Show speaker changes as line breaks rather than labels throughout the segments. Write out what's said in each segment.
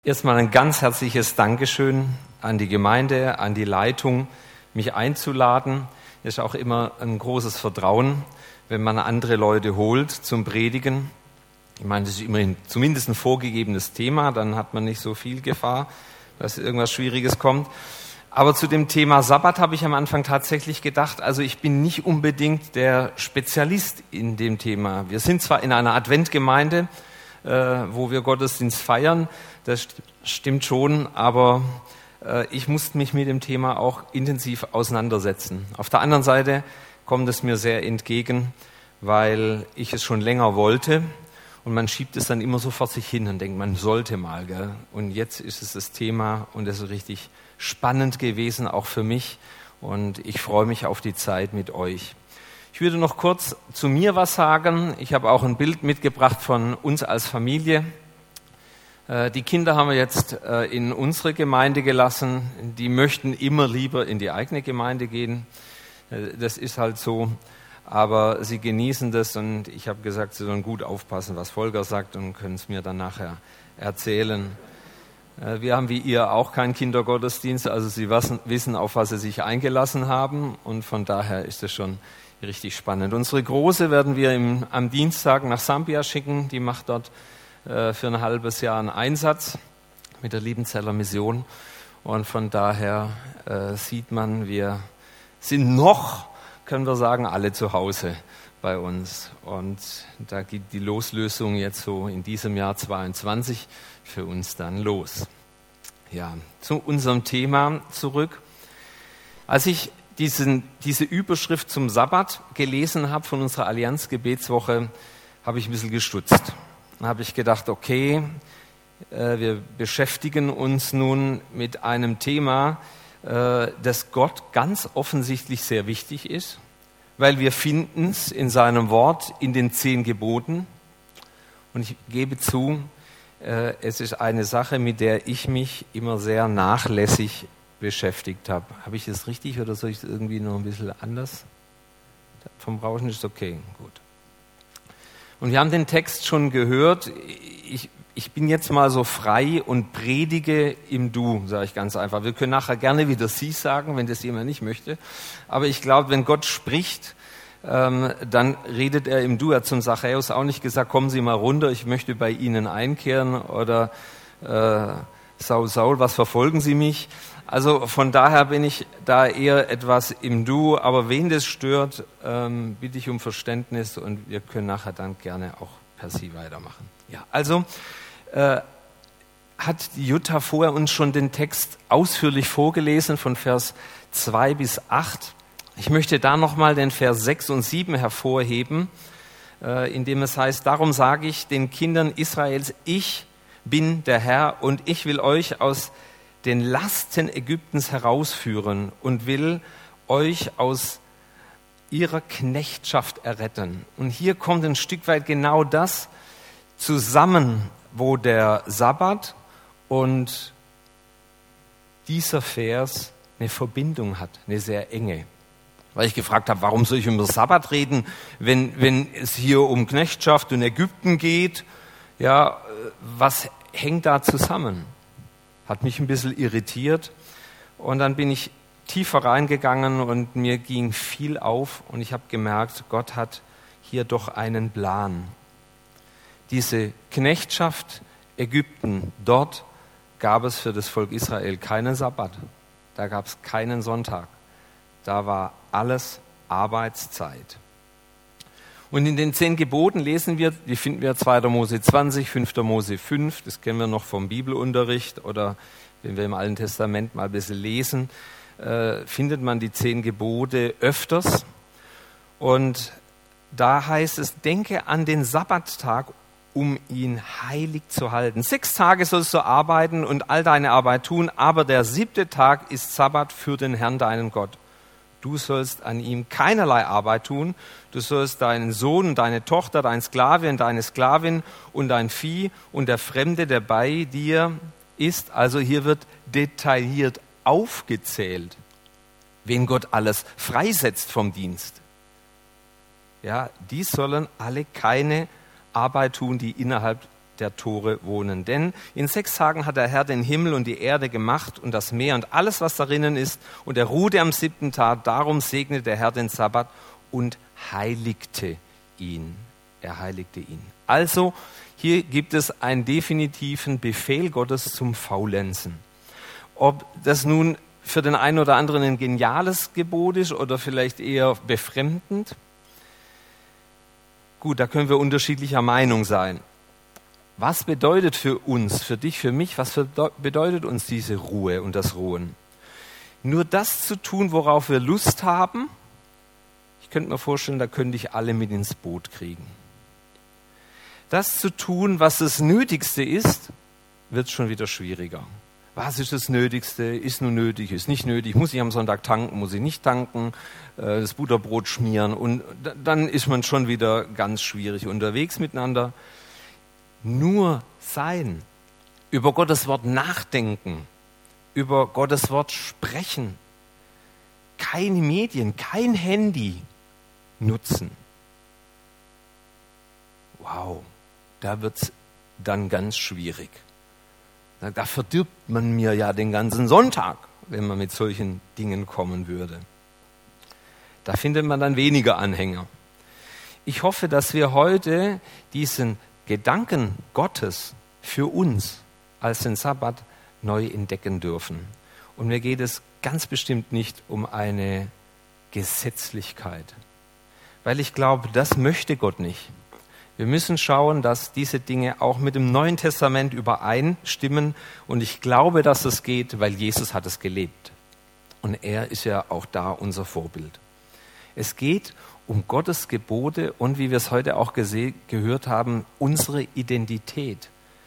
Erstmal ein ganz herzliches Dankeschön an die Gemeinde, an die Leitung, mich einzuladen. Ist auch immer ein großes Vertrauen, wenn man andere Leute holt zum Predigen. Ich meine, das ist immerhin zumindest ein vorgegebenes Thema, dann hat man nicht so viel Gefahr, dass irgendwas Schwieriges kommt. Aber zu dem Thema Sabbat habe ich am Anfang tatsächlich gedacht, also ich bin nicht unbedingt der Spezialist in dem Thema. Wir sind zwar in einer Adventgemeinde, wo wir Gottesdienst feiern, das stimmt schon, aber ich musste mich mit dem Thema auch intensiv auseinandersetzen. Auf der anderen Seite kommt es mir sehr entgegen, weil ich es schon länger wollte und man schiebt es dann immer so vor sich hin und denkt, man sollte mal, gell? Und jetzt ist es das Thema und es ist richtig spannend gewesen, auch für mich, und ich freue mich auf die Zeit mit euch. Ich würde noch kurz zu mir was sagen. Ich habe auch ein Bild mitgebracht von uns als Familie. Die Kinder haben wir jetzt in unsere Gemeinde gelassen. Die möchten immer lieber in die eigene Gemeinde gehen. Das ist halt so. Aber sie genießen das und ich habe gesagt, sie sollen gut aufpassen, was Volker sagt, und können es mir dann nachher erzählen. Wir haben wie ihr auch keinen Kindergottesdienst, also sie wissen, auf was sie sich eingelassen haben, und von daher ist es schon richtig spannend. Unsere Große werden wir am Dienstag nach Sambia schicken. Die macht dort für ein halbes Jahr einen Einsatz mit der Liebenzeller Mission. Und von daher sieht man, wir sind noch, können wir sagen, alle zu Hause bei uns. Und da geht die Loslösung jetzt so in diesem Jahr 22 für uns dann los. Ja, zu unserem Thema zurück. Als ich diese Überschrift zum Sabbat gelesen habe von unserer Allianz-Gebetswoche, habe ich ein bisschen gestutzt. Dann habe ich gedacht, okay, wir beschäftigen uns nun mit einem Thema, das Gott ganz offensichtlich sehr wichtig ist, weil wir finden es in seinem Wort in den 10 Geboten. Und ich gebe zu, es ist eine Sache, mit der ich mich immer sehr nachlässig beschäftigt habe. Habe ich das richtig oder soll ich es irgendwie noch ein bisschen anders? Vom Rauschen ist okay, gut. Und wir haben den Text schon gehört. Ich bin jetzt mal so frei und predige im Du, sage ich ganz einfach. Wir können nachher gerne wieder Sie sagen, wenn das jemand nicht möchte. Aber ich glaube, wenn Gott spricht, dann redet er im Du. Er hat zum Zachäus auch nicht gesagt, kommen Sie mal runter, ich möchte bei Ihnen einkehren, oder Saul, was verfolgen Sie mich? Also von daher bin ich da eher etwas im Du, aber wen das stört, bitte ich um Verständnis, und wir können nachher dann gerne auch per Sie weitermachen. Ja, also hat Jutta vorher uns schon den Text ausführlich vorgelesen von Vers 2 bis 8. Ich möchte da nochmal den Vers 6 und 7 hervorheben, in dem es heißt, darum sage ich den Kindern Israels, ich bin der Herr und ich will euch aus den Lasten Ägyptens herausführen und will euch aus ihrer Knechtschaft erretten. Und hier kommt ein Stück weit genau das zusammen, wo der Sabbat und dieser Vers eine Verbindung hat, eine sehr enge. Weil ich gefragt habe, warum soll ich über Sabbat reden, wenn es hier um Knechtschaft und Ägypten geht? Ja, was hängt da zusammen? Hat mich ein bisschen irritiert, und dann bin ich tiefer reingegangen und mir ging viel auf und ich habe gemerkt, Gott hat hier doch einen Plan. Diese Knechtschaft Ägypten, dort gab es für das Volk Israel keinen Sabbat, da gab es keinen Sonntag, da war alles Arbeitszeit. Und in den 10 Geboten lesen wir, die finden wir 2. Mose 20, 5. Mose 5, das kennen wir noch vom Bibelunterricht, oder wenn wir im Alten Testament mal ein bisschen lesen, findet man die 10 Gebote öfters. Und da heißt es, denke an den Sabbattag, um ihn heilig zu halten. 6 Tage sollst du arbeiten und all deine Arbeit tun, aber der 7. Tag ist Sabbat für den Herrn, deinen Gott. Du sollst an ihm keinerlei Arbeit tun. Du sollst deinen Sohn und deine Tochter, dein Sklave und deine Sklavin und dein Vieh und der Fremde, der bei dir ist. Also hier wird detailliert aufgezählt, wen Gott alles freisetzt vom Dienst. Ja, die sollen alle keine Arbeit tun, die innerhalb der Tore wohnen. Denn in 6 Tagen hat der Herr den Himmel und die Erde gemacht und das Meer und alles, was darinnen ist. Und er ruhte am 7. Tag. Darum segnete der Herr den Sabbat und heiligte ihn. Er heiligte ihn. Also, hier gibt es einen definitiven Befehl Gottes zum Faulenzen. Ob das nun für den einen oder anderen ein geniales Gebot ist oder vielleicht eher befremdend, gut, da können wir unterschiedlicher Meinung sein. Was bedeutet für uns, für dich, für mich, was bedeutet uns diese Ruhe und das Ruhen? Nur das zu tun, worauf wir Lust haben, ich könnte mir vorstellen, da könnte ich alle mit ins Boot kriegen. Das zu tun, was das Nötigste ist, wird schon wieder schwieriger. Was ist das Nötigste? Ist nur nötig, ist nicht nötig? Muss ich am Sonntag tanken, muss ich nicht tanken? Das Butterbrot schmieren? Und dann ist man schon wieder ganz schwierig unterwegs miteinander. Nur sein, über Gottes Wort nachdenken, über Gottes Wort sprechen, keine Medien, kein Handy nutzen. Wow, da wird es dann ganz schwierig. Da verdirbt man mir ja den ganzen Sonntag, wenn man mit solchen Dingen kommen würde. Da findet man dann weniger Anhänger. Ich hoffe, dass wir heute diesen Gedanken Gottes für uns als den Sabbat neu entdecken dürfen. Und mir geht es ganz bestimmt nicht um eine Gesetzlichkeit, weil ich glaube, das möchte Gott nicht. Wir müssen schauen, dass diese Dinge auch mit dem Neuen Testament übereinstimmen. Und ich glaube, dass es geht, weil Jesus hat es gelebt. Und er ist ja auch da unser Vorbild. Es geht um Gottes Gebote und, wie wir es heute auch gehört haben, unsere Identität.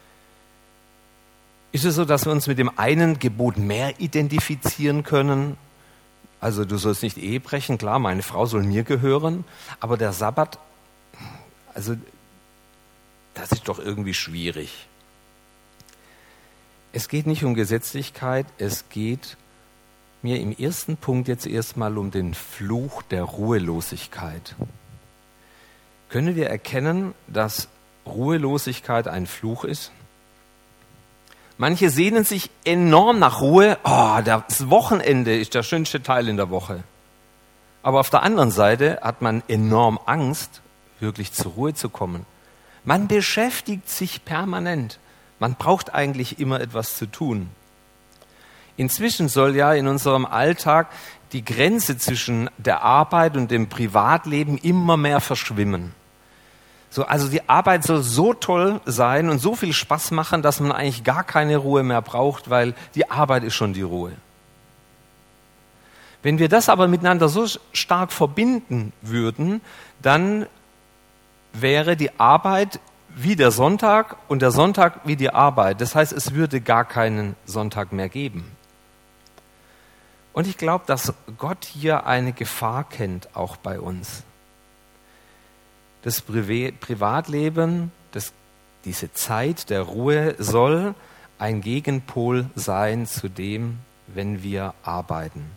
Ist es so, dass wir uns mit dem einen Gebot mehr identifizieren können? Also du sollst nicht Ehe brechen, klar, meine Frau soll mir gehören. Aber der Sabbat, also das ist doch irgendwie schwierig. Es geht nicht um Gesetzlichkeit, es geht mir im ersten Punkt jetzt erstmal um den Fluch der Ruhelosigkeit. Können wir erkennen, dass Ruhelosigkeit ein Fluch ist? Manche sehnen sich enorm nach Ruhe. Oh, das Wochenende ist der schönste Teil in der Woche. Aber auf der anderen Seite hat man enorm Angst, wirklich zur Ruhe zu kommen. Man beschäftigt sich permanent. Man braucht eigentlich immer etwas zu tun. Inzwischen soll ja in unserem Alltag die Grenze zwischen der Arbeit und dem Privatleben immer mehr verschwimmen. Also die Arbeit soll so toll sein und so viel Spaß machen, dass man eigentlich gar keine Ruhe mehr braucht, weil die Arbeit ist schon die Ruhe. Wenn wir das aber miteinander so stark verbinden würden, dann wäre die Arbeit wie der Sonntag und der Sonntag wie die Arbeit. Das heißt, es würde gar keinen Sonntag mehr geben. Und ich glaube, dass Gott hier eine Gefahr kennt, auch bei uns. Das Privatleben, diese Zeit der Ruhe soll ein Gegenpol sein zu dem, wenn wir arbeiten.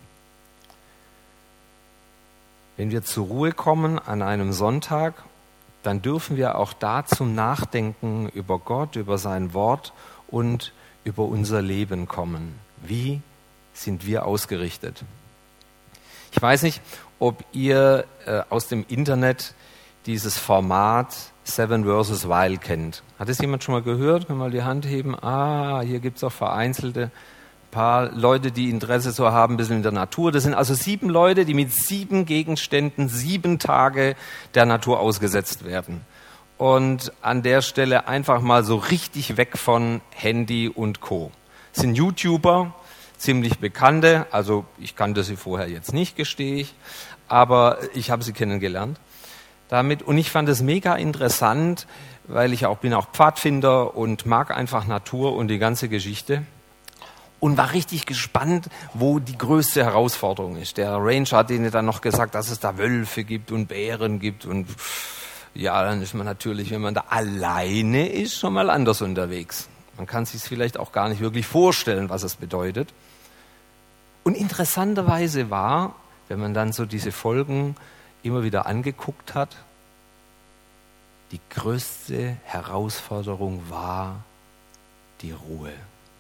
Wenn wir zur Ruhe kommen an einem Sonntag, dann dürfen wir auch da zum Nachdenken über Gott, über sein Wort und über unser Leben kommen. Wie sind wir ausgerichtet? Ich weiß nicht, ob ihr aus dem Internet dieses Format Seven vs. Wild kennt. Hat es jemand schon mal gehört? Können wir mal die Hand heben? Hier gibt es auch vereinzelte paar Leute, die Interesse so haben, ein bisschen in der Natur. Das sind also 7 Leute, die mit 7 Gegenständen 7 Tage der Natur ausgesetzt werden. Und an der Stelle einfach mal so richtig weg von Handy und Co. Das sind YouTuber, ziemlich bekannte, also ich kannte sie vorher jetzt nicht, gestehe ich, aber ich habe sie kennengelernt damit. Und ich fand es mega interessant, weil ich bin auch Pfadfinder und mag einfach Natur und die ganze Geschichte. Und war richtig gespannt, wo die größte Herausforderung ist. Der Ranger hat denen dann noch gesagt, dass es da Wölfe gibt und Bären gibt. Und ja, dann ist man natürlich, wenn man da alleine ist, schon mal anders unterwegs. Man kann sich vielleicht auch gar nicht wirklich vorstellen, was es bedeutet. Und interessanterweise war, wenn man dann so diese Folgen immer wieder angeguckt hat, Die größte Herausforderung war die Ruhe.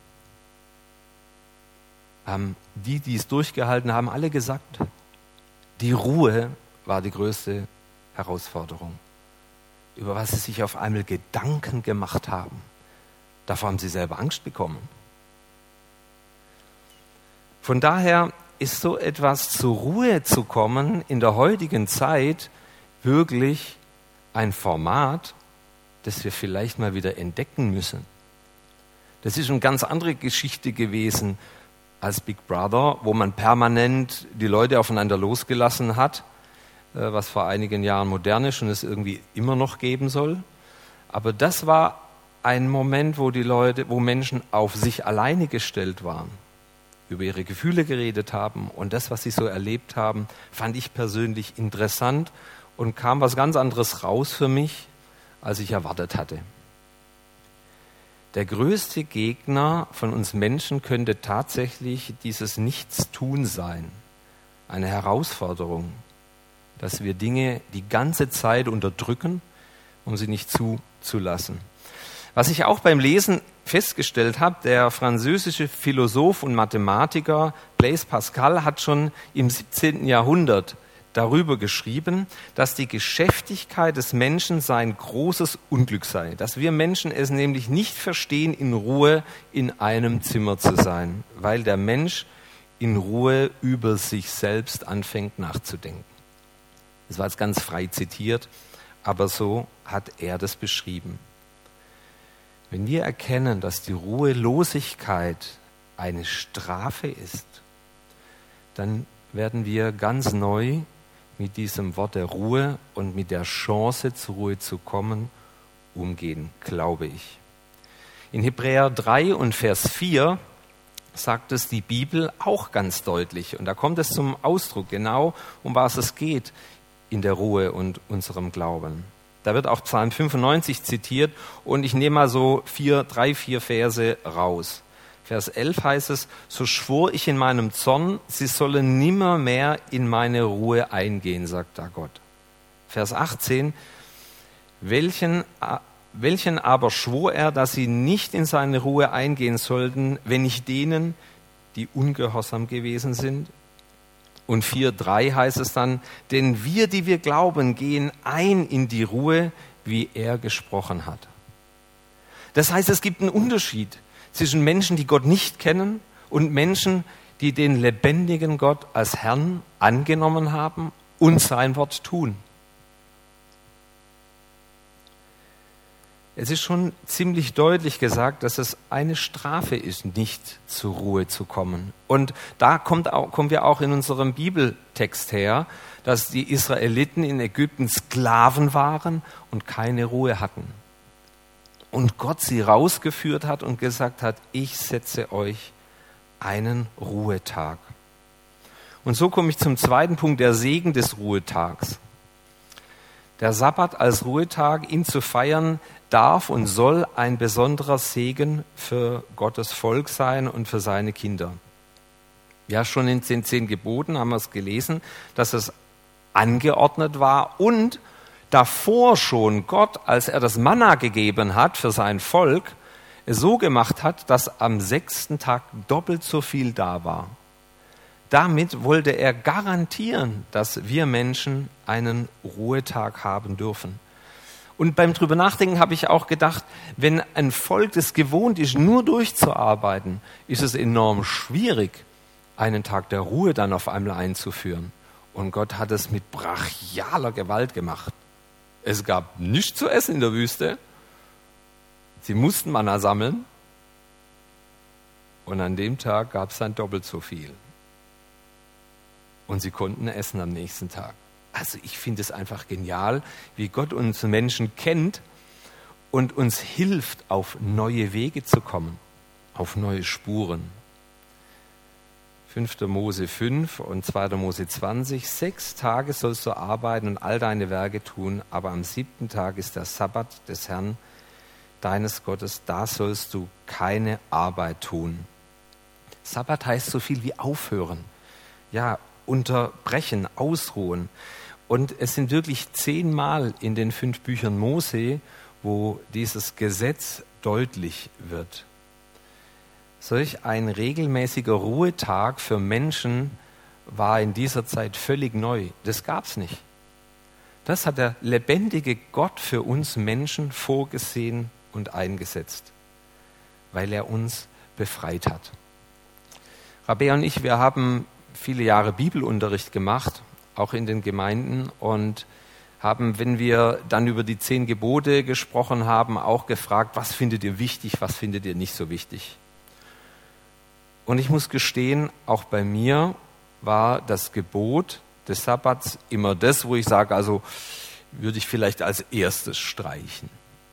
Die es durchgehalten haben, alle gesagt, die Ruhe war die größte Herausforderung. Über was sie sich auf einmal Gedanken gemacht haben. Davor haben sie selber Angst bekommen. Von daher ist so etwas zur Ruhe zu kommen in der heutigen Zeit wirklich ein Format, das wir vielleicht mal wieder entdecken müssen. Das ist eine ganz andere Geschichte gewesen als Big Brother, wo man permanent die Leute aufeinander losgelassen hat, was vor einigen Jahren modern ist und es irgendwie immer noch geben soll. Aber das war ein Moment, wo Menschen auf sich alleine gestellt waren, über ihre Gefühle geredet haben und das, was sie so erlebt haben, fand ich persönlich interessant und kam was ganz anderes raus für mich, als ich erwartet hatte. Der größte Gegner von uns Menschen könnte tatsächlich dieses Nichtstun sein, eine Herausforderung, dass wir Dinge die ganze Zeit unterdrücken, um sie nicht zuzulassen. Was ich auch beim Lesen festgestellt habe, der französische Philosoph und Mathematiker Blaise Pascal hat schon im 17. Jahrhundert darüber geschrieben, dass die Geschäftigkeit des Menschen sein großes Unglück sei. Dass wir Menschen es nämlich nicht verstehen, in Ruhe in einem Zimmer zu sein, weil der Mensch in Ruhe über sich selbst anfängt nachzudenken. Das war jetzt ganz frei zitiert, aber so hat er das beschrieben. Wenn wir erkennen, dass die Ruhelosigkeit eine Strafe ist, dann werden wir ganz neu mit diesem Wort der Ruhe und mit der Chance, zur Ruhe zu kommen, umgehen, glaube ich. In Hebräer 3 und Vers 4 sagt es die Bibel auch ganz deutlich. Und da kommt es zum Ausdruck, genau um was es geht in der Ruhe und unserem Glauben. Da wird auch Psalm 95 zitiert und ich nehme mal so 3, 4 Verse raus. Vers 11 heißt es, so schwor ich in meinem Zorn, sie sollen nimmermehr in meine Ruhe eingehen, sagt da Gott. Vers 18, welchen aber schwor er, dass sie nicht in seine Ruhe eingehen sollten, wenn nicht denen, die ungehorsam gewesen sind? Und 4,3 heißt es dann, denn wir, die wir glauben, gehen ein in die Ruhe, wie er gesprochen hat. Das heißt, es gibt einen Unterschied zwischen Menschen, die Gott nicht kennen und Menschen, die den lebendigen Gott als Herrn angenommen haben und sein Wort tun. Es ist schon ziemlich deutlich gesagt, dass es eine Strafe ist, nicht zur Ruhe zu kommen. Und da kommen wir auch in unserem Bibeltext her, dass die Israeliten in Ägypten Sklaven waren und keine Ruhe hatten. Und Gott sie rausgeführt hat und gesagt hat, ich setze euch einen Ruhetag. Und so komme ich zum zweiten Punkt, der Segen des Ruhetags. Der Sabbat als Ruhetag, ihn zu feiern, darf und soll ein besonderer Segen für Gottes Volk sein und für seine Kinder. Ja, schon in den 10 Geboten haben wir es gelesen, dass es angeordnet war und davor schon Gott, als er das Manna gegeben hat für sein Volk, es so gemacht hat, dass am 6. Tag doppelt so viel da war. Damit wollte er garantieren, dass wir Menschen einen Ruhetag haben dürfen. Und beim drüber nachdenken habe ich auch gedacht, wenn ein Volk das gewohnt ist, nur durchzuarbeiten, ist es enorm schwierig, einen Tag der Ruhe dann auf einmal einzuführen. Und Gott hat es mit brachialer Gewalt gemacht. Es gab nichts zu essen in der Wüste. Sie mussten Manna sammeln. Und an dem Tag gab es dann doppelt so viel. Und sie konnten essen am nächsten Tag. Also ich finde es einfach genial, wie Gott uns Menschen kennt und uns hilft, auf neue Wege zu kommen, auf neue Spuren. 5. Mose 5 und 2. Mose 20, 6 Tage sollst du arbeiten und all deine Werke tun, aber am 7. Tag ist der Sabbat des Herrn, deines Gottes, da sollst du keine Arbeit tun. Sabbat heißt so viel wie aufhören, ja, unterbrechen, ausruhen. Und es sind wirklich 10-mal in den 5 Büchern Mose, wo dieses Gesetz deutlich wird. Solch ein regelmäßiger Ruhetag für Menschen war in dieser Zeit völlig neu. Das gab es nicht. Das hat der lebendige Gott für uns Menschen vorgesehen und eingesetzt, weil er uns befreit hat. Rabea und ich, wir haben viele Jahre Bibelunterricht gemacht, auch in den Gemeinden, und haben, wenn wir dann über die 10 Gebote gesprochen haben, auch gefragt, was findet ihr wichtig, was findet ihr nicht so wichtig. Und ich muss gestehen, auch bei mir war das Gebot des Sabbats immer das, wo ich sage, also würde ich vielleicht als erstes streichen.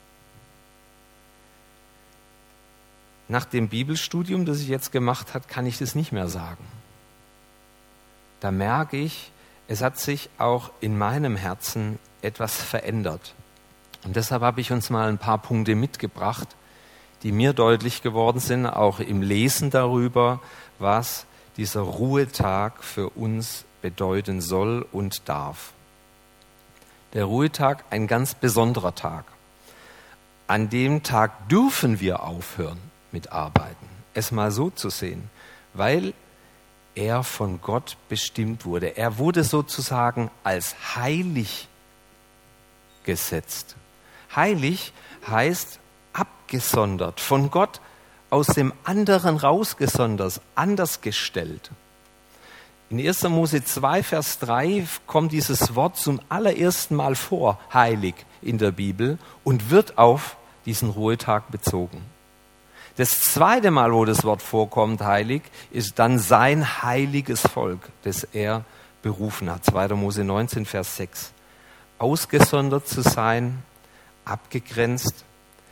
Nach dem Bibelstudium, das ich jetzt gemacht habe, kann ich das nicht mehr sagen. Da merke ich, es hat sich auch in meinem Herzen etwas verändert. Und deshalb habe ich uns mal ein paar Punkte mitgebracht, die mir deutlich geworden sind, auch im Lesen darüber, was dieser Ruhetag für uns bedeuten soll und darf. Der Ruhetag, ein ganz besonderer Tag. An dem Tag dürfen wir aufhören mit Arbeiten, es mal so zu sehen, weil er von Gott bestimmt wurde. Er wurde sozusagen als heilig gesetzt. Heilig heißt abgesondert, von Gott aus dem anderen rausgesondert, anders gestellt. In 1. Mose 2, Vers 3 kommt dieses Wort zum allerersten Mal vor, heilig in der Bibel, und wird auf diesen Ruhetag bezogen. Das zweite Mal, wo das Wort vorkommt, heilig, ist dann sein heiliges Volk, das er berufen hat. 2. Mose 19, Vers 6. Ausgesondert zu sein, abgegrenzt,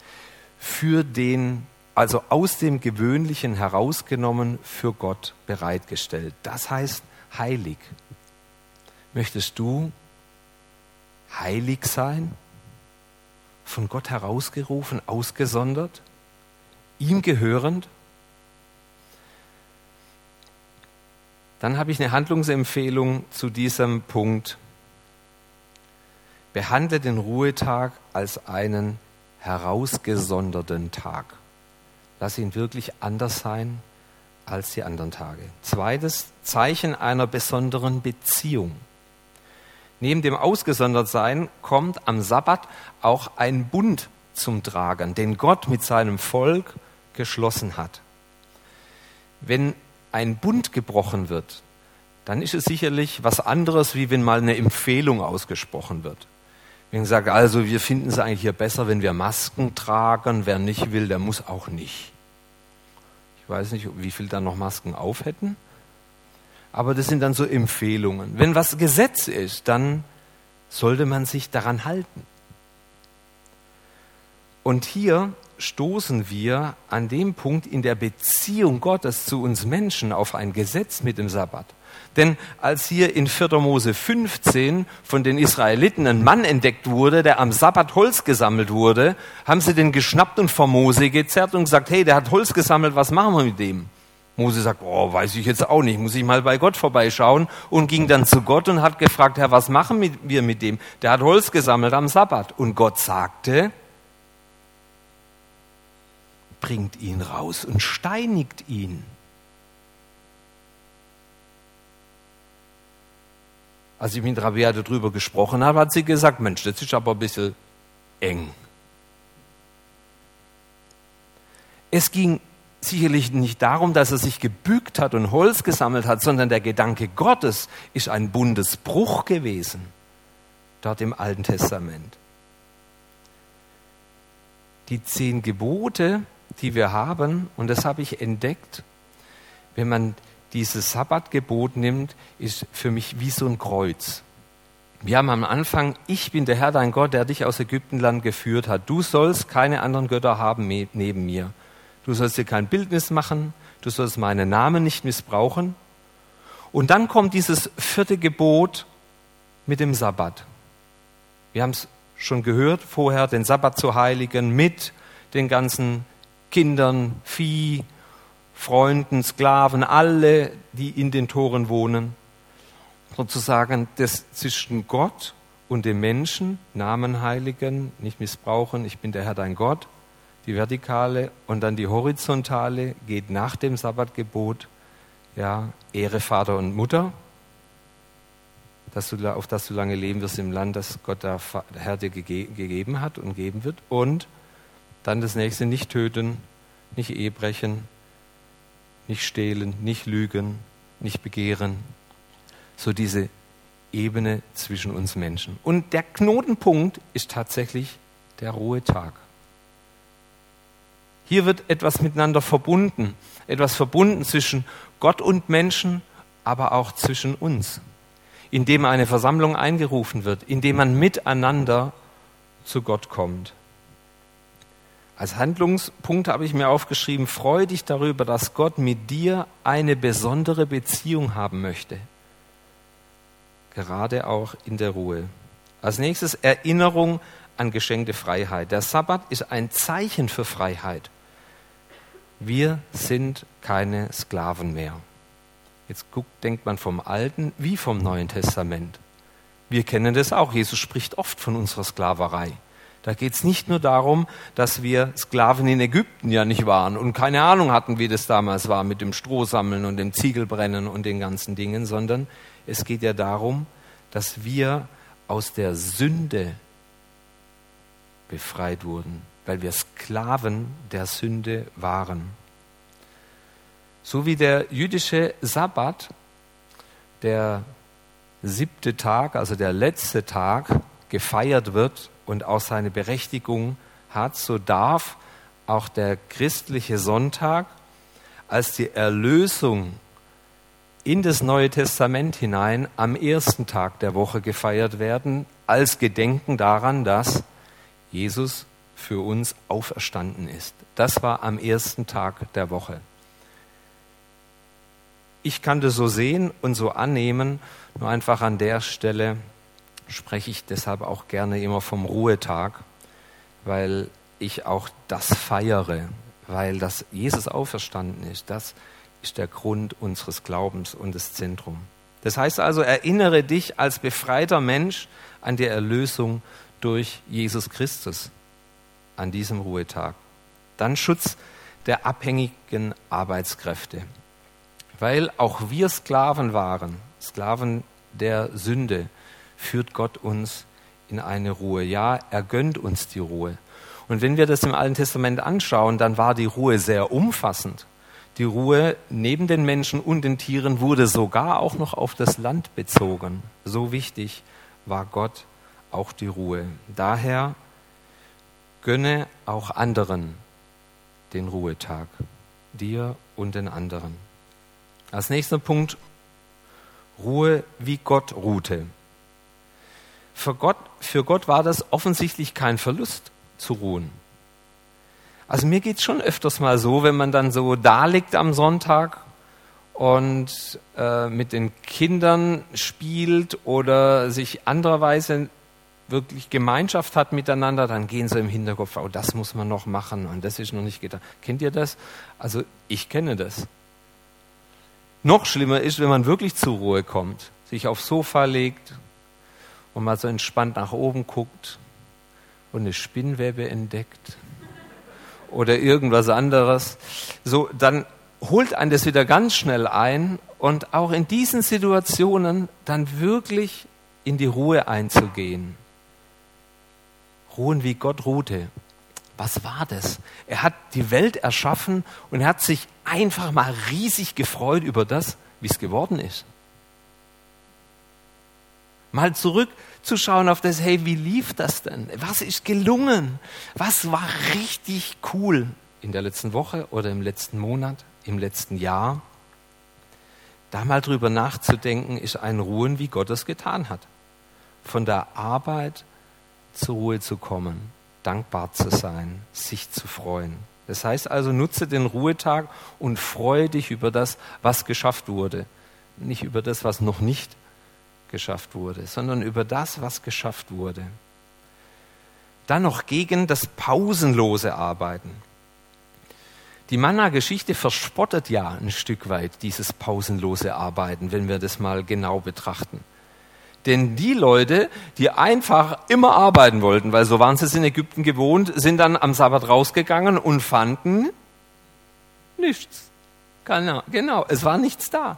also aus dem Gewöhnlichen herausgenommen, für Gott bereitgestellt. Das heißt heilig. Möchtest du heilig sein? Von Gott herausgerufen, ausgesondert? Ihm gehörend? Dann habe ich eine Handlungsempfehlung zu diesem Punkt. Behandle den Ruhetag als einen herausgesonderten Tag. Lass ihn wirklich anders sein als die anderen Tage. Zweites, Zeichen einer besonderen Beziehung. Neben dem Ausgesondertsein kommt am Sabbat auch ein Bund zum Tragen, den Gott mit seinem Volk geschlossen hat. Wenn ein Bund gebrochen wird, dann ist es sicherlich was anderes, wie wenn mal eine Empfehlung ausgesprochen wird. Wenn ich sage, also wir finden es eigentlich hier besser, wenn wir Masken tragen, wer nicht will, der muss auch nicht. Ich weiß nicht, wie viel da noch Masken auf hätten, aber das sind dann so Empfehlungen. Wenn was Gesetz ist, dann sollte man sich daran halten. Und hier stoßen wir an dem Punkt in der Beziehung Gottes zu uns Menschen auf ein Gesetz mit dem Sabbat. Denn als hier in 4. Mose 15 von den Israeliten ein Mann entdeckt wurde, der am Sabbat Holz gesammelt wurde, haben sie den geschnappt und vor Mose gezerrt und gesagt, hey, der hat Holz gesammelt, was machen wir mit dem? Mose sagt, weiß ich jetzt auch nicht, muss ich mal bei Gott vorbeischauen, und ging dann zu Gott und hat gefragt, Herr, was machen wir mit dem? Der hat Holz gesammelt am Sabbat. Und Gott sagte, bringt ihn raus und steinigt ihn. Als ich mit Rabea darüber gesprochen habe, hat sie gesagt, Mensch, das ist aber ein bisschen eng. Es ging sicherlich nicht darum, dass er sich gebückt hat und Holz gesammelt hat, sondern der Gedanke Gottes ist ein Bundesbruch gewesen, dort im Alten Testament. Die 10 Gebote, die wir haben, und das habe ich entdeckt, wenn man dieses Sabbatgebot nimmt, ist für mich wie so ein Kreuz. Wir haben am Anfang, ich bin der Herr dein Gott, der dich aus Ägyptenland geführt hat. Du sollst keine anderen Götter haben neben mir. Du sollst dir kein Bildnis machen, du sollst meinen Namen nicht missbrauchen. Und dann kommt dieses 4. Gebot mit dem Sabbat. Wir haben es schon gehört vorher, den Sabbat zu heiligen mit den ganzen Kindern, Vieh, Freunden, Sklaven, alle, die in den Toren wohnen. sozusagen das zwischen Gott und dem Menschen, Namen heiligen, nicht missbrauchen, ich bin der Herr dein Gott, die vertikale, und dann die horizontale geht nach dem Sabbatgebot, ja, Ehre Vater und Mutter, auf das du lange leben wirst im Land, das Gott der Herr dir gegeben hat und geben wird. Und dann das nächste, nicht töten, nicht Ehebrechen, nicht stehlen, nicht lügen, nicht begehren. So diese Ebene zwischen uns Menschen. Und der Knotenpunkt ist tatsächlich der Ruhetag. Hier wird etwas miteinander verbunden. Etwas verbunden zwischen Gott und Menschen, aber auch zwischen uns. Indem eine Versammlung eingerufen wird, indem man miteinander zu Gott kommt. Als Handlungspunkt habe ich mir aufgeschrieben, freu dich darüber, dass Gott mit dir eine besondere Beziehung haben möchte. Gerade auch in der Ruhe. Als nächstes Erinnerung an geschenkte Freiheit. Der Sabbat ist ein Zeichen für Freiheit. Wir sind keine Sklaven mehr. Jetzt denkt man vom Alten wie vom Neuen Testament. Wir kennen das auch. Jesus spricht oft von unserer Sklaverei. Da geht es nicht nur darum, dass wir Sklaven in Ägypten ja nicht waren und keine Ahnung hatten, wie das damals war mit dem Strohsammeln und dem Ziegelbrennen und den ganzen Dingen, sondern es geht ja darum, dass wir aus der Sünde befreit wurden, weil wir Sklaven der Sünde waren. So wie der jüdische Sabbat, der 7. Tag, also der letzte Tag, gefeiert wird und auch seine Berechtigung hat, so darf auch der christliche Sonntag als die Erlösung in das Neue Testament hinein am 1. Tag der Woche gefeiert werden, als Gedenken daran, dass Jesus für uns auferstanden ist. Das war am 1. Tag der Woche. Ich kann das so sehen und so annehmen, nur einfach an der Stelle spreche ich deshalb auch gerne immer vom Ruhetag, weil ich auch das feiere, weil das Jesus auferstanden ist. Das ist der Grund unseres Glaubens und das Zentrum. Das heißt also, erinnere dich als befreiter Mensch an die Erlösung durch Jesus Christus an diesem Ruhetag. Dann Schutz der abhängigen Arbeitskräfte. Weil auch wir Sklaven waren, Sklaven der Sünde, führt Gott uns in eine Ruhe. Ja, er gönnt uns die Ruhe. Und wenn wir das im Alten Testament anschauen, dann war die Ruhe sehr umfassend. Die Ruhe neben den Menschen und den Tieren wurde sogar auch noch auf das Land bezogen. So wichtig war Gott auch die Ruhe. Daher gönne auch anderen den Ruhetag, dir und den anderen. Als nächster Punkt, Ruhe wie Gott ruhte. Für Gott war das offensichtlich kein Verlust zu ruhen. Also mir geht es schon öfters mal so, wenn man dann so da liegt am Sonntag und mit den Kindern spielt oder sich andererweise wirklich Gemeinschaft hat miteinander, dann gehen so im Hinterkopf, oh, das muss man noch machen und das ist noch nicht getan. Kennt ihr das? Also ich kenne das. Noch schlimmer ist, wenn man wirklich zur Ruhe kommt, sich aufs Sofa legt und mal so entspannt nach oben guckt und eine Spinnwebe entdeckt oder irgendwas anderes. So, dann holt einen das wieder ganz schnell ein und auch in diesen Situationen dann wirklich in die Ruhe einzugehen. Ruhen wie Gott ruhte. Was war das? Er hat die Welt erschaffen und er hat sich einfach mal riesig gefreut über das, wie es geworden ist. Mal zurückzuschauen auf das, hey, wie lief das denn? Was ist gelungen? Was war richtig cool in der letzten Woche oder im letzten Monat, im letzten Jahr? Da mal drüber nachzudenken, ist ein Ruhen, wie Gott es getan hat. Von der Arbeit zur Ruhe zu kommen, dankbar zu sein, sich zu freuen. Das heißt also, nutze den Ruhetag und freue dich über das, was geschafft wurde. Nicht über das, was noch nicht geschafft wurde, sondern über das, was geschafft wurde. Dann noch gegen das pausenlose Arbeiten. Die Manna-Geschichte verspottet ja ein Stück weit dieses pausenlose Arbeiten, wenn wir das mal genau betrachten. Denn die Leute, die einfach immer arbeiten wollten, weil so waren sie es in Ägypten gewohnt, sind dann am Sabbat rausgegangen und fanden nichts. Genau, es war nichts da.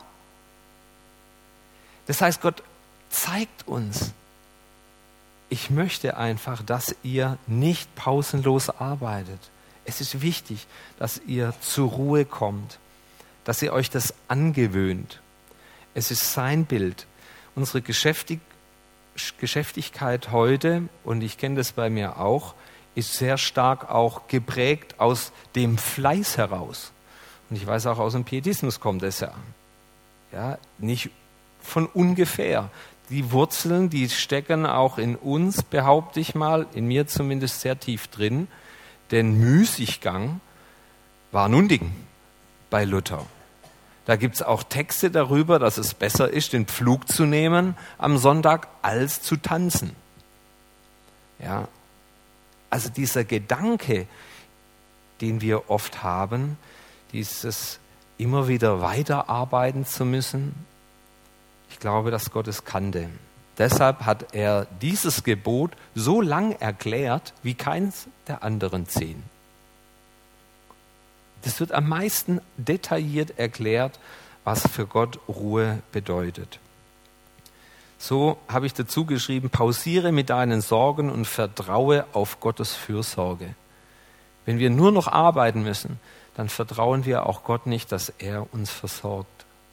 Das heißt, Gott zeigt uns, ich möchte einfach, dass ihr nicht pausenlos arbeitet. Es ist wichtig, dass ihr zur Ruhe kommt, dass ihr euch das angewöhnt. Es ist sein Bild. Unsere Geschäftigkeit heute, und ich kenne das bei mir auch, ist sehr stark auch geprägt aus dem Fleiß heraus. Und ich weiß auch, aus dem Pietismus kommt es ja. Ja, nicht von ungefähr. Die Wurzeln, die stecken auch in uns, behaupte ich mal, in mir zumindest sehr tief drin. Denn Müßiggang war ein Unding bei Luther. Da gibt es auch Texte darüber, dass es besser ist, den Pflug zu nehmen am Sonntag, als zu tanzen. Ja, also dieser Gedanke, den wir oft haben, dieses immer wieder weiterarbeiten zu müssen, ich glaube, dass Gott es kannte. Deshalb hat er dieses Gebot so lang erklärt wie keins der anderen 10. Das wird am meisten detailliert erklärt, was für Gott Ruhe bedeutet. So habe ich dazu geschrieben, pausiere mit deinen Sorgen und vertraue auf Gottes Fürsorge. Wenn wir nur noch arbeiten müssen, dann vertrauen wir auch Gott nicht, dass er uns versorgt.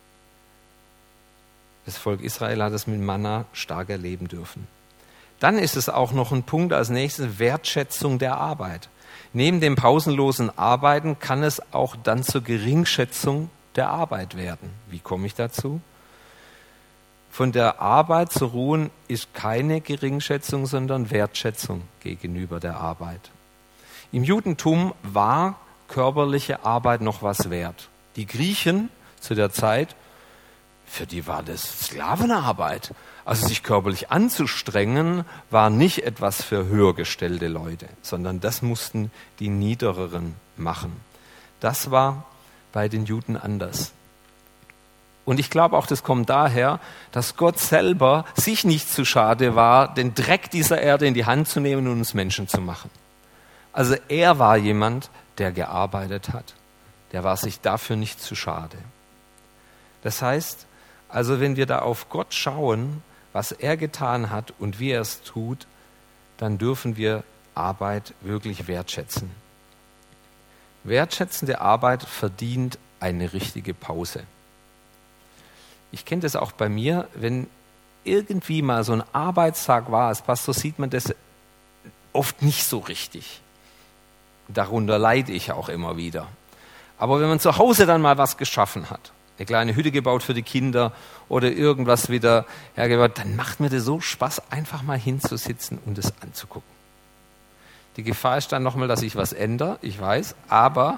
Das Volk Israel hat es mit Manna stark erleben dürfen. Dann ist es auch noch ein Punkt als nächstes, Wertschätzung der Arbeit. Neben dem pausenlosen Arbeiten kann es auch dann zur Geringschätzung der Arbeit werden. Wie komme ich dazu? Von der Arbeit zu ruhen ist keine Geringschätzung, sondern Wertschätzung gegenüber der Arbeit. Im Judentum war körperliche Arbeit noch was wert. Die Griechen zu der Zeit, für die war das Sklavenarbeit. Also sich körperlich anzustrengen, war nicht etwas für höhergestellte Leute, sondern das mussten die Niedereren machen. Das war bei den Juden anders. Und ich glaube auch, das kommt daher, dass Gott selber sich nicht zu schade war, den Dreck dieser Erde in die Hand zu nehmen und uns Menschen zu machen. Also er war jemand, der gearbeitet hat. Der war sich dafür nicht zu schade. Das heißt, also wenn wir da auf Gott schauen, was er getan hat und wie er es tut, dann dürfen wir Arbeit wirklich wertschätzen. Wertschätzende Arbeit verdient eine richtige Pause. Ich kenne das auch bei mir, wenn irgendwie mal so ein Arbeitstag war, als Pastor sieht man das oft nicht so richtig. Darunter leide ich auch immer wieder. Aber wenn man zu Hause dann mal was geschaffen hat, eine kleine Hütte gebaut für die Kinder oder irgendwas wieder hergebaut, dann macht mir das so Spaß, einfach mal hinzusitzen und es anzugucken. Die Gefahr ist dann nochmal, dass ich was ändere, ich weiß, aber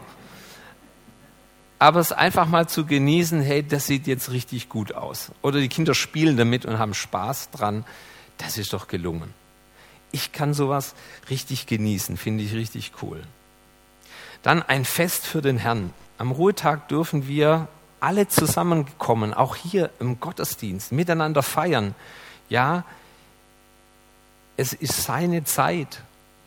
es einfach mal zu genießen, hey, das sieht jetzt richtig gut aus. Oder die Kinder spielen damit und haben Spaß dran, das ist doch gelungen. Ich kann sowas richtig genießen, finde ich richtig cool. Dann ein Fest für den Herrn. Am Ruhetag dürfen wir alle zusammenkommen, auch hier im Gottesdienst, miteinander feiern. Ja, es ist seine Zeit.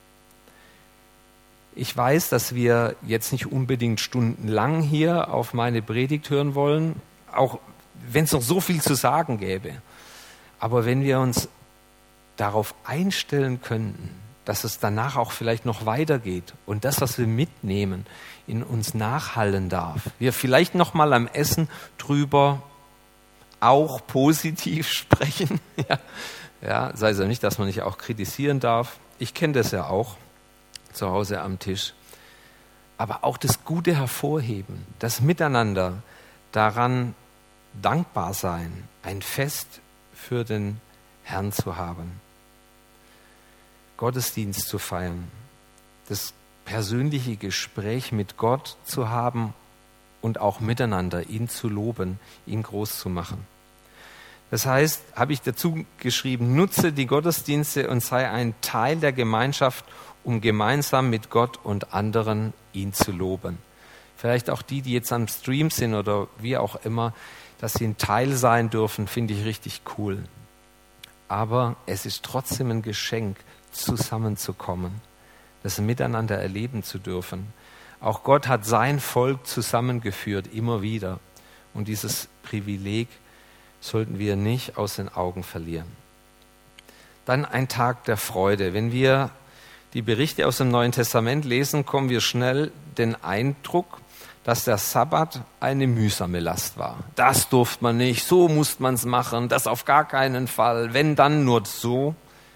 Ich weiß, dass wir jetzt nicht unbedingt stundenlang hier auf meine Predigt hören wollen, auch wenn es noch so viel zu sagen gäbe. Aber wenn wir uns darauf einstellen könnten, dass es danach auch vielleicht noch weitergeht und das, was wir mitnehmen, in uns nachhallen darf. Wir vielleicht noch mal am Essen drüber auch positiv sprechen. Ja, sei es ja nicht, dass man nicht auch kritisieren darf. Ich kenne das ja auch zu Hause am Tisch. Aber auch das Gute hervorheben, das Miteinander, daran dankbar sein, ein Fest für den Herrn zu haben. Gottesdienst zu feiern, das persönliche Gespräch mit Gott zu haben und auch miteinander ihn zu loben, ihn groß zu machen. Das heißt, habe ich dazu geschrieben, nutze die Gottesdienste und sei ein Teil der Gemeinschaft, um gemeinsam mit Gott und anderen ihn zu loben. vielleicht auch die jetzt am Stream sind oder wie auch immer, dass sie ein Teil sein dürfen, finde ich richtig cool. Aber es ist trotzdem ein Geschenk, zusammenzukommen, das miteinander erleben zu dürfen. Auch Gott hat sein Volk zusammengeführt, immer wieder. Und dieses Privileg sollten wir nicht aus den Augen verlieren. Dann ein Tag der Freude. Wenn wir die Berichte aus dem Neuen Testament lesen, kommen wir schnell den Eindruck, dass der Sabbat eine mühsame Last war. Das durfte man nicht, so musste man es machen, das auf gar keinen Fall, wenn dann nur so.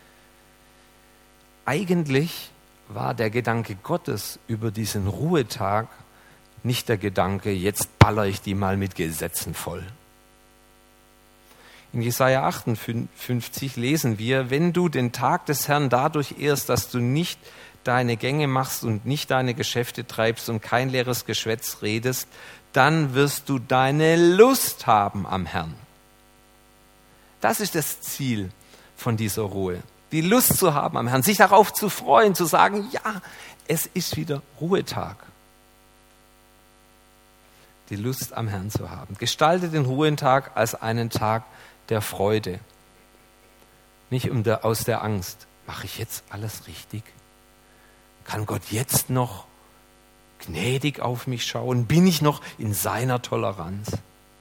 Eigentlich war der Gedanke Gottes über diesen Ruhetag nicht der Gedanke, jetzt baller ich die mal mit Gesetzen voll. In Jesaja 58 lesen wir, wenn du den Tag des Herrn dadurch ehrst, dass du nicht deine Gänge machst und nicht deine Geschäfte treibst und kein leeres Geschwätz redest, dann wirst du deine Lust haben am Herrn. Das ist das Ziel von dieser Ruhe. Die Lust zu haben am Herrn, sich darauf zu freuen, zu sagen, ja, es ist wieder Ruhetag. Die Lust am Herrn zu haben. Gestalte den Ruhetag als einen Tag der Freude. Nicht aus der Angst. Mache ich jetzt alles richtig? Kann Gott jetzt noch gnädig auf mich schauen? Bin ich noch in seiner Toleranz?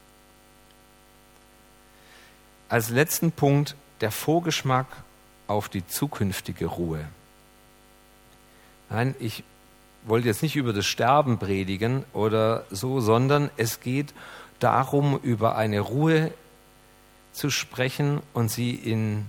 Als letzten Punkt der Vorgeschmack auf die zukünftige Ruhe. Nein, ich wollte jetzt nicht über das Sterben predigen oder so, sondern es geht darum, über eine Ruhe zu sprechen und sie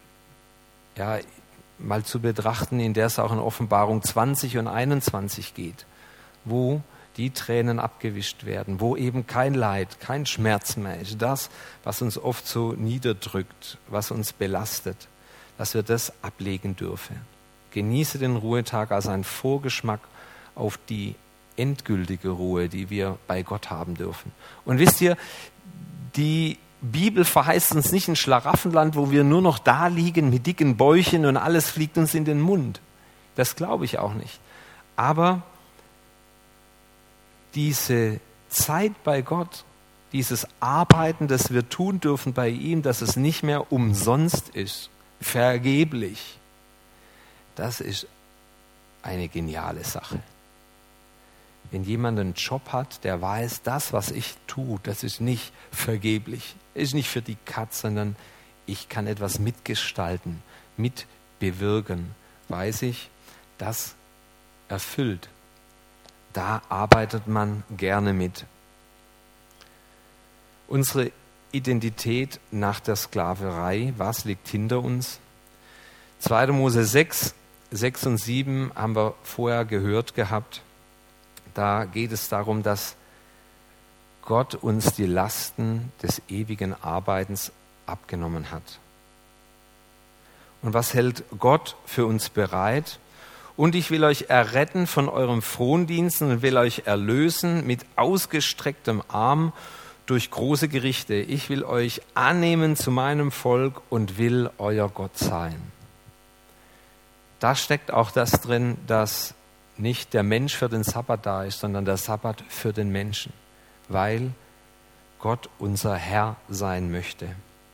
mal zu betrachten, in der es auch in Offenbarung 20 und 21 geht, wo die Tränen abgewischt werden, wo eben kein Leid, kein Schmerz mehr ist. Das, was uns oft so niederdrückt, was uns belastet, dass wir das ablegen dürfen. Genieße den Ruhetag als einen Vorgeschmack auf die endgültige Ruhe, die wir bei Gott haben dürfen. Und wisst ihr, die Bibel verheißt uns nicht ein Schlaraffenland, wo wir nur noch da liegen mit dicken Bäuchen und alles fliegt uns in den Mund. Das glaube ich auch nicht. Aber diese Zeit bei Gott, dieses Arbeiten, das wir tun dürfen bei ihm, dass es nicht mehr umsonst ist, vergeblich, das ist eine geniale Sache. Wenn jemand einen Job hat, der weiß, das, was ich tue, das ist nicht vergeblich, ist nicht für die Katz, sondern ich kann etwas mitgestalten, mitbewirken, weiß ich, das erfüllt. Da arbeitet man gerne mit. Unsere Identität nach der Sklaverei, was liegt hinter uns? 2. Mose 6 und 7 haben wir vorher gehört gehabt. Da geht es darum, dass Gott uns die Lasten des ewigen Arbeitens abgenommen hat. Und was hält Gott für uns bereit? Und ich will euch erretten von eurem Frondiensten und will euch erlösen mit ausgestrecktem Arm durch große Gerichte. Ich will euch annehmen zu meinem Volk und will euer Gott sein. Da steckt auch das drin, dass nicht der Mensch für den Sabbat da ist, sondern der Sabbat für den Menschen, weil Gott unser Herr sein möchte.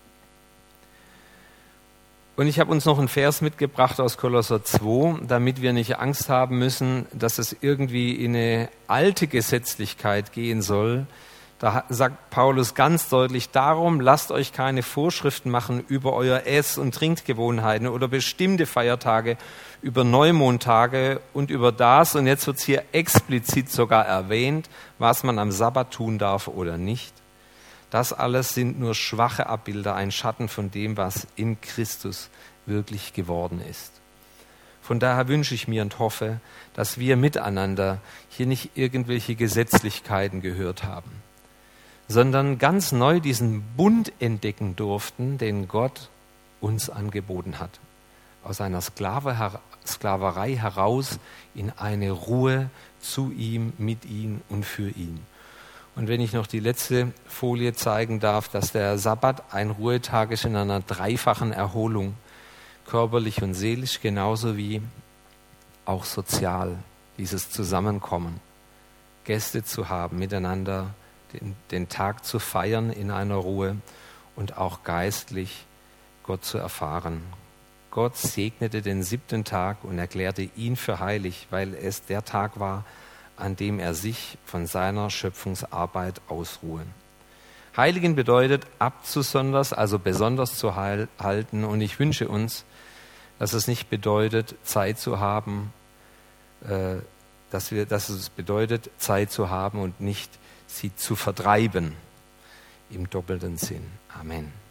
Und ich habe uns noch einen Vers mitgebracht aus Kolosser 2, damit wir nicht Angst haben müssen, dass es irgendwie in eine alte Gesetzlichkeit gehen soll. Da sagt Paulus ganz deutlich, darum lasst euch keine Vorschriften machen über euer Ess- und Trinkgewohnheiten oder bestimmte Feiertage, über Neumondtage und über das, und jetzt wird es hier explizit sogar erwähnt, was man am Sabbat tun darf oder nicht. Das alles sind nur schwache Abbilder, ein Schatten von dem, was in Christus wirklich geworden ist. Von daher wünsche ich mir und hoffe, dass wir miteinander hier nicht irgendwelche Gesetzlichkeiten gehört haben, sondern ganz neu diesen Bund entdecken durften, den Gott uns angeboten hat. Aus einer Sklaverei heraus in eine Ruhe zu ihm, mit ihm und für ihn. Und wenn ich noch die letzte Folie zeigen darf, dass der Sabbat ein Ruhetag ist in einer dreifachen Erholung, körperlich und seelisch, genauso wie auch sozial, dieses Zusammenkommen. Gäste zu haben, miteinander den Tag zu feiern in einer Ruhe und auch geistlich Gott zu erfahren. Gott segnete den 7. Tag und erklärte ihn für heilig, weil es der Tag war, an dem er sich von seiner Schöpfungsarbeit ausruhe. Heiligen bedeutet abzusonders, also besonders zu halten. Und ich wünsche uns, dass es nicht bedeutet, Zeit zu haben, dass es bedeutet, Zeit zu haben und nicht sie zu vertreiben, im doppelten Sinn. Amen.